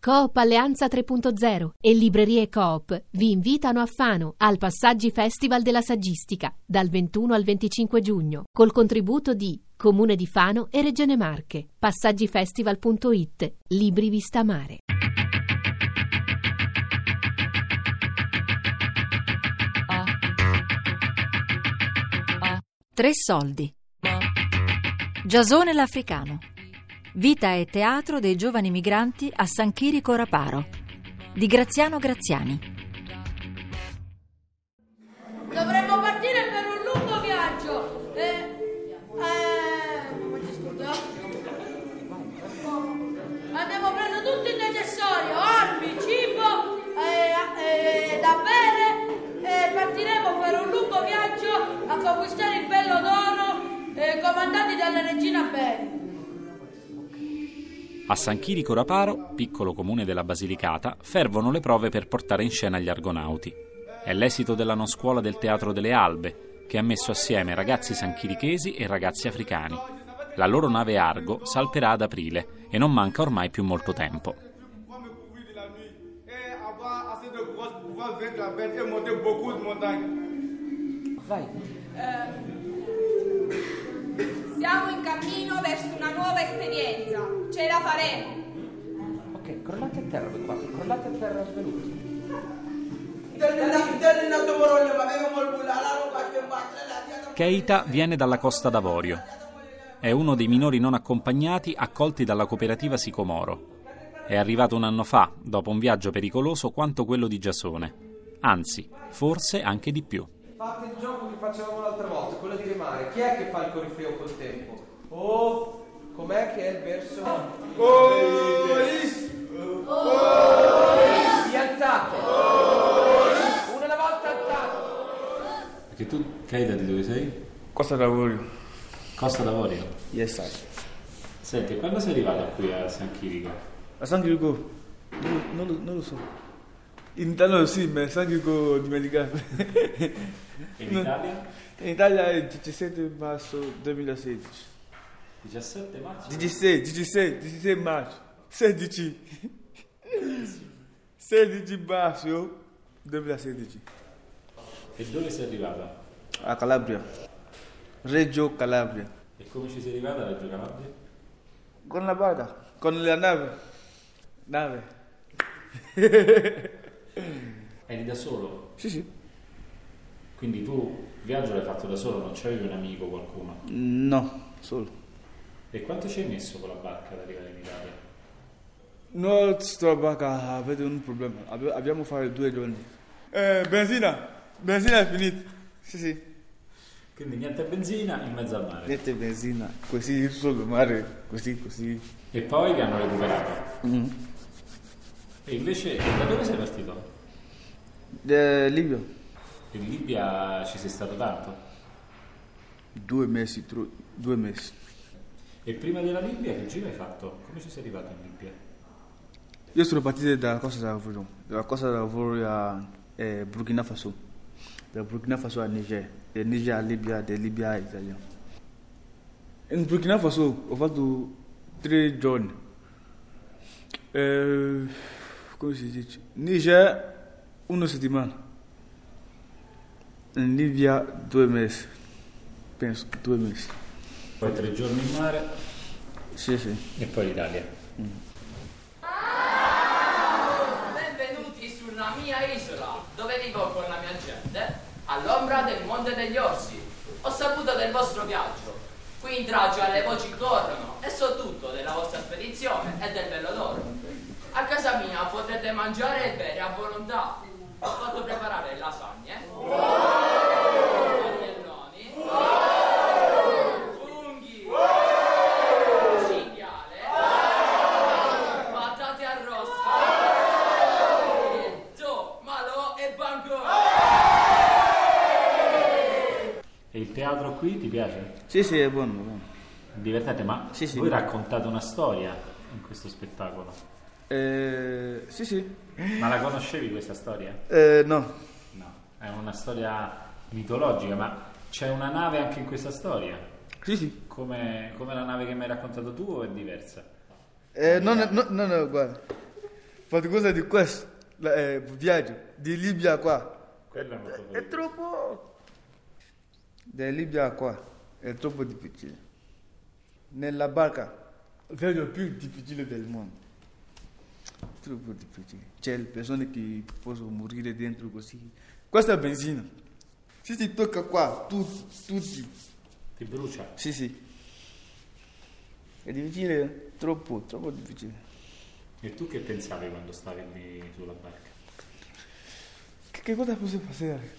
Coop Alleanza 3.0 e Librerie Coop vi invitano a Fano al Passaggi Festival della Saggistica dal 21 al 25 giugno col contributo di Comune di Fano e Regione Marche. Passaggifestival.it. Libri vista mare. Tre soldi. Giasone l'Africano. Vita e teatro dei giovani migranti a San Chirico Raparo di Graziano Graziani. Dovremmo partire per un lungo viaggio. Andiamo a prendere tutto il necessario, armi, cibo, da bere, e partiremo per un lungo viaggio a conquistare il bello d'oro, comandati dalla regina Beni. A San Chirico Raparo, piccolo comune della Basilicata, fervono le prove per portare in scena gli Argonauti. È l'esito della non scuola del Teatro delle Albe, che ha messo assieme ragazzi sanchirichesi e ragazzi africani. La loro nave Argo salperà ad aprile e non manca ormai più molto tempo. Siamo in cammino verso una nuova esperienza. Ce la faremo. Ok, crollate a terra, crollate a terra svenuti. Keita viene dalla Costa d'Avorio. È uno dei minori non accompagnati accolti dalla cooperativa Sicomoro. È arrivato un anno fa, dopo un viaggio pericoloso quanto quello di Giasone. Anzi, forse anche di più. Fate il gioco che facevamo l'altra volta, quello di remare. Chi è che fa il corifeo col tempo? Oh, com'è che è il verso? Rialzate! Una alla volta alzato! Perché tu, Keita, di dove sei? Costa d'Avorio. Costa d'Avorio? Yes, sir. Senti, quando sei arrivato qui a San Chirico? A San Chirico? Non lo so. In Italia sì, ma a San Chirico dimenticato. E in Italia? In Italia è il 17 marzo 2016. 17 marzo? 16 marzo. 16 marzo 2016. E dove sei arrivata? A Calabria. Reggio Calabria. E come ci sei arrivata a Reggio Calabria? Con la barca, con la nave. Eri da solo? Sì. Quindi tu il viaggio l'hai fatto da solo, non c'avevi un amico, qualcuno? No, solo. E quanto ci hai messo con la barca ad arrivare in Italia? No, questa barca avete un problema. Abbiamo fatto 2 giorni. Benzina è finita. Sì. Quindi niente benzina in mezzo al mare. Niente benzina, così sul mare, così. E poi vi hanno recuperato. Mm-hmm. E invece da dove sei partito? Libia. In Libia ci sei stato tanto? 2 mesi. E prima della Libia che giro hai fatto? Come ci sei arrivato in Libia? Io sono partito dalla Costa d'Avorio a Burkina Faso, da Burkina Faso a Niger, da Niger a Libia, da Libia a Italia. In Burkina Faso ho fatto 3 giorni. Come si dice? Niger 1 settimana. In Libia 2 mesi. Penso 2 mesi. Poi 3 giorni in mare. Sì. E poi l'Italia. Benvenuti sulla mia isola, dove vivo con la mia gente, all'ombra del Monte degli Orsi. Ho saputo del vostro viaggio. Qui in Tracia le voci corrono e so tutto della vostra spedizione e del bello d'oro. A casa mia potrete mangiare e bere a volontà. Ho fatto preparare lasagne, agnelloni, funghi, cinghiale, patate arrosto, malò e banco. E il teatro qui ti piace? Sì, è buono. Divertente, ma sì. Voi raccontate una storia in questo spettacolo? Sì. Ma la conoscevi questa storia? No, è una storia mitologica, ma c'è una nave anche in questa storia? Sì. Come la nave che mi hai raccontato tu o è diversa? No, guarda. fatto cosa di questo viaggio di Libia qua. Quello È troppo. Da Libia qua è troppo difficile. Nella barca, il viaggio più difficile del mondo. Troppo difficile. C'è persone che possono morire dentro così. Questa è benzina. Se si tocca qua, tutti. Ti brucia? Sì. È difficile, troppo difficile. E tu che pensavi quando stavi lì sulla barca? Che cosa posso fare?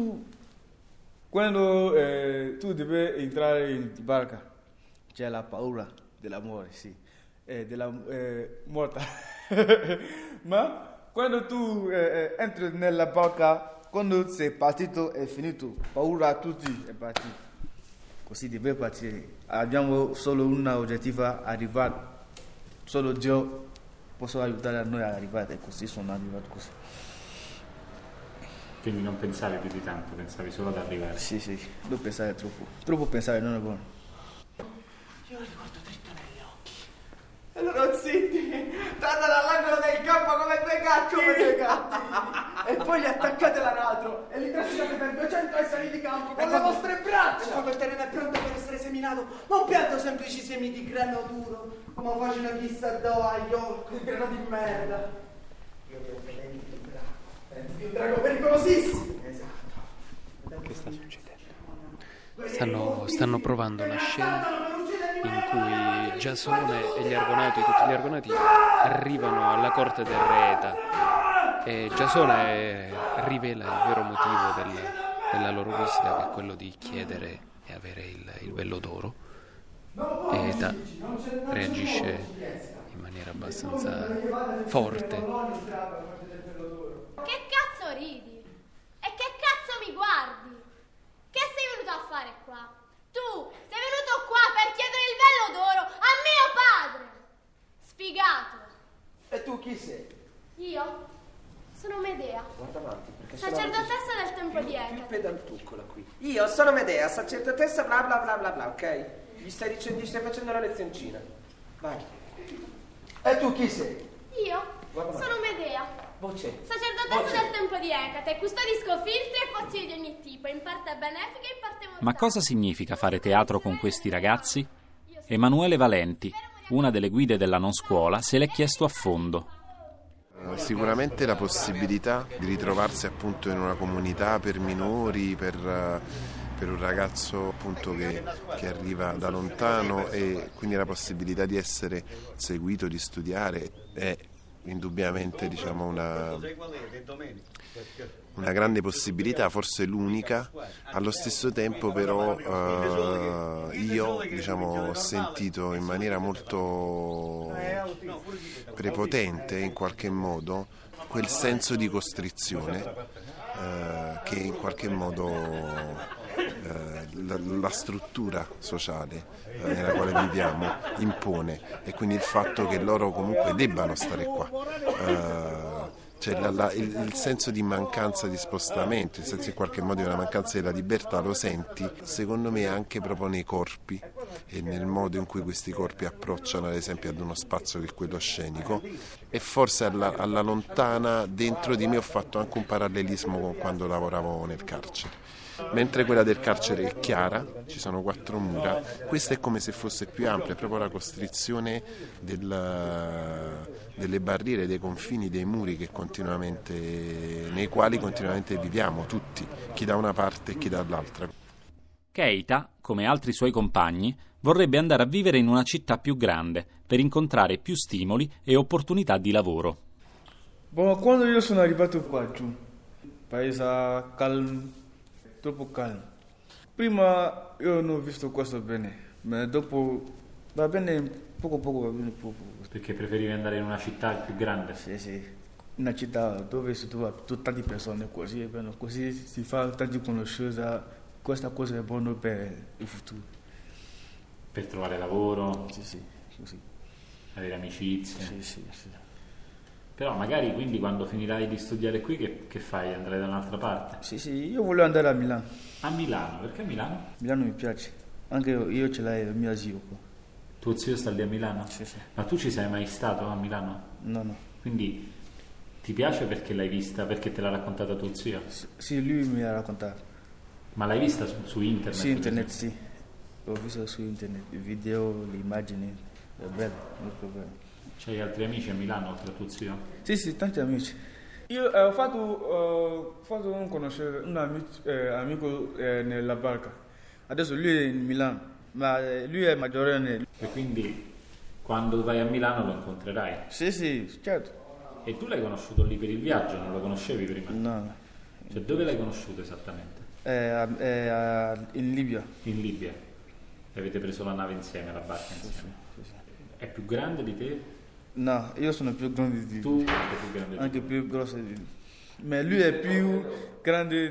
Quando tu devi entrare in barca, c'è la paura dell'amore, sì, della morte. Ma quando tu entri nella barca, quando sei partito è finito, paura a tutti è partito. Così deve partire. Abbiamo solo un obiettivo, arrivare. Solo Dio può aiutare a noi ad arrivare, e così sono arrivato così. Quindi non pensavi più di tanto, pensavi solo ad arrivare? Sì, non pensare troppo. Troppo pensare non è buono. Io lo guardo dritto negli occhi. Allora zitti, torna dall'angolo del campo come due gatti. E poi li attaccate l'aratro e li trascinate per 200 esseri di campo con le vostre braccia. E quando il terreno è pronto per essere seminato, non pianto semplici semi di grano duro, come faccio chissà dove a York, un grano di merda. Io devo vedere un drago pericolosissimo. Esatto. Che sta succedendo? Stanno provando una scena in cui Giasone e gli Argonauti, tutti gli Argonauti, arrivano alla corte del re Eta e Giasone rivela il vero motivo della loro visita, che è quello di chiedere e avere il vello d'oro, e Eta reagisce in maniera abbastanza forte. Che cazzo ridi? E che cazzo mi guardi? Che sei venuto a fare qua? Tu sei venuto qua per chiedere il vello d'oro a mio padre! Sfigato! E tu chi sei? Io? Sono Medea. Guarda avanti, perché sacerdotessa del tempo di Ecate. Più pedaltuccola qui. Io sono Medea, sacerdotessa bla bla bla bla bla, ok? Gli stai facendo la lezioncina. Vai. E tu chi sei? Io? Sono Medea. Voce. Sacerdotessa del tempo di Ecate, custodisco filtri e pozioni di ogni tipo, in parte benefiche e in parte mortali. Ma cosa significa fare teatro con questi ragazzi? Emanuele Valenti, una delle guide della non scuola, se l'è chiesto a fondo. Sicuramente la possibilità di ritrovarsi appunto in una comunità per minori, per un ragazzo appunto che arriva da lontano, e quindi la possibilità di essere seguito, di studiare, è indubbiamente, diciamo, una grande possibilità, forse l'unica. Allo stesso tempo però io, diciamo, ho sentito in maniera molto prepotente in qualche modo quel senso di costrizione che in qualche modo la struttura sociale nella quale viviamo impone, e quindi il fatto che loro comunque debbano stare qua, cioè il senso di mancanza di spostamento, il senso in qualche modo di una mancanza della libertà lo senti secondo me anche proprio nei corpi e nel modo in cui questi corpi approcciano ad esempio ad uno spazio che è quello scenico. E forse alla lontana dentro di me ho fatto anche un parallelismo con quando lavoravo nel carcere. Mentre quella del carcere è chiara, ci sono 4 mura, questa è come se fosse più ampia, è proprio la costrizione delle barriere, dei confini, dei muri nei quali continuamente viviamo tutti, chi da una parte e chi dall'altra. Keita, come altri suoi compagni, vorrebbe andare a vivere in una città più grande per incontrare più stimoli e opportunità di lavoro. Quando io sono arrivato qua giù, paese calmo, troppo calmo. Prima io non ho visto questo bene, ma dopo va bene poco, va bene poco. Perché preferivi andare in una città più grande? Sì, una città dove si trova tante persone così, così si fa tante conoscenze, questa cosa è buona per il futuro. Per trovare lavoro? Sì, così. Avere amicizie? Sì. Però magari quindi quando finirai di studiare qui che fai? Andrai da un'altra parte? Sì, io voglio andare a Milano. A Milano? Perché a Milano? Milano mi piace, anche io ce l'ho il mio zio qua. Tuo zio sta lì a Milano? Sì. Ma tu ci sei mai stato a Milano? No. Quindi Ti piace perché l'hai vista, perché te l'ha raccontata tuo zio? Sì, lui mi ha raccontato. Ma l'hai vista su internet? Su internet, sì. L'ho vista su internet, i video, le immagini, è bello, molto bello. C'hai altri amici a Milano oltre a tuo zio? Sì, tanti amici. Io ho fatto conoscere un amico nella barca. Adesso lui è in Milano, ma lui è maggiorenne. E quindi quando vai a Milano lo incontrerai? Sì, certo. E tu l'hai conosciuto lì per il viaggio, non lo conoscevi prima? No. Cioè dove l'hai conosciuto esattamente? In Libia. In Libia. E avete preso la nave insieme, la barca insieme? Sì. È più grande di te? No, io sono più grande di tu. Tu anche più grande di anche più grosso di lui. Ma lui è più grande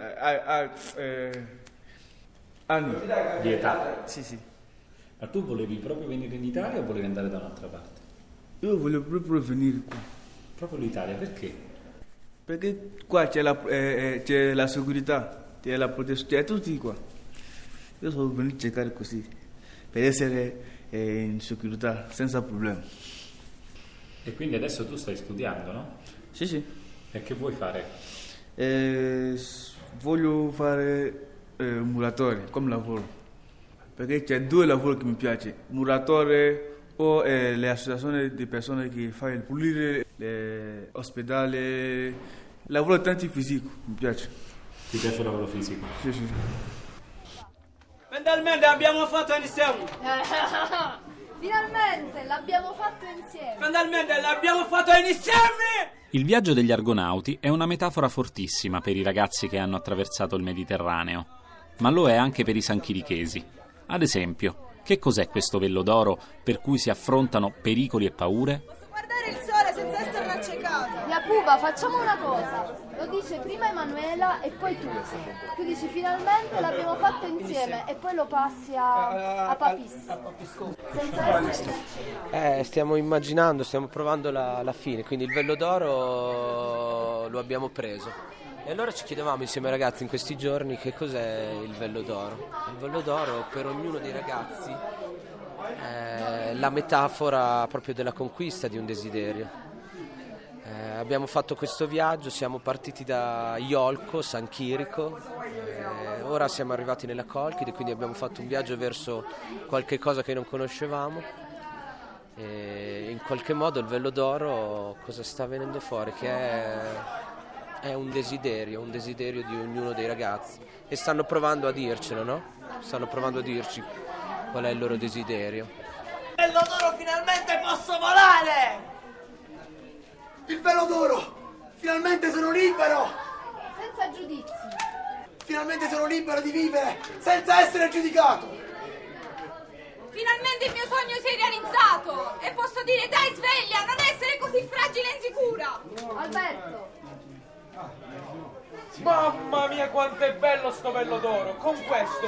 anni. Di età? Sì. Ma tu volevi proprio venire in Italia o volevi andare da un'altra parte? Io volevo proprio venire qua. Proprio l'Italia, perché? Perché qua c'è la sicurezza, c'è la protezione, c'è tutti qua. Io sono venuto a cercare così, per essere in sicurezza, senza problemi. E quindi adesso tu stai studiando, no? Sì. E che vuoi fare? Voglio fare un muratore come lavoro, perché c'è due lavori che mi piace, muratore o le associazioni di persone che fanno il pulire l'ospedale, lavoro tanto fisico, mi piace. Ti piace il lavoro fisico? Sì. Finalmente abbiamo fatto insieme! Finalmente l'abbiamo fatto insieme! Il viaggio degli Argonauti è una metafora fortissima per i ragazzi che hanno attraversato il Mediterraneo, ma lo è anche per i sanchirichesi. Ad esempio, che cos'è questo vello d'oro per cui si affrontano pericoli e paure? Posso guardare il sole senza essere accecato? Mia pupa, facciamo una cosa. Lo dice prima Emanuela e poi tu. Tu dici finalmente l'abbiamo fatto insieme e poi lo passi a Papis. Senza essere... Stiamo immaginando, stiamo provando la fine, quindi il vello d'oro lo abbiamo preso. E allora ci chiedevamo insieme ai ragazzi in questi giorni che cos'è il vello d'oro. Il vello d'oro per ognuno dei ragazzi è la metafora proprio della conquista di un desiderio. Abbiamo fatto questo viaggio, siamo partiti da Iolco, San Chirico, ora siamo arrivati nella Colchide, quindi abbiamo fatto un viaggio verso qualche cosa che non conoscevamo e in qualche modo il vello d'oro cosa sta venendo fuori? Che è un desiderio di ognuno dei ragazzi e stanno provando a dircelo, no? Stanno provando a dirci qual è il loro desiderio. Vello d'oro, finalmente posso volare! Il velo d'oro! Finalmente sono libero! Senza giudizi. Finalmente sono libero di vivere senza essere giudicato! Finalmente il mio sogno si è realizzato! E posso dire, dai sveglia, non essere così fragile e insicura! Alberto! Mamma mia quanto è bello sto vello d'oro! Con questo...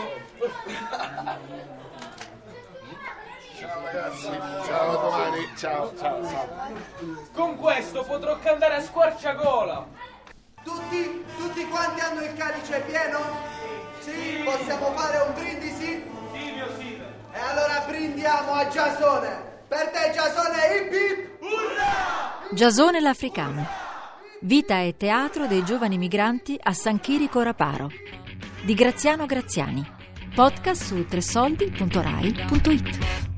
Ciao ragazzi, ciao domani, ciao. Con questo potrò cantare a squarciagola. Tutti quanti hanno il calice pieno? Sì. Possiamo fare un brindisi? Sì. E allora brindiamo a Giasone. Per te Giasone, hip hip, urrà! Giasone l'Africano. Vita e teatro dei giovani migranti a San Chirico Raparo. Di Graziano Graziani. Podcast su tresoldi.rai.it.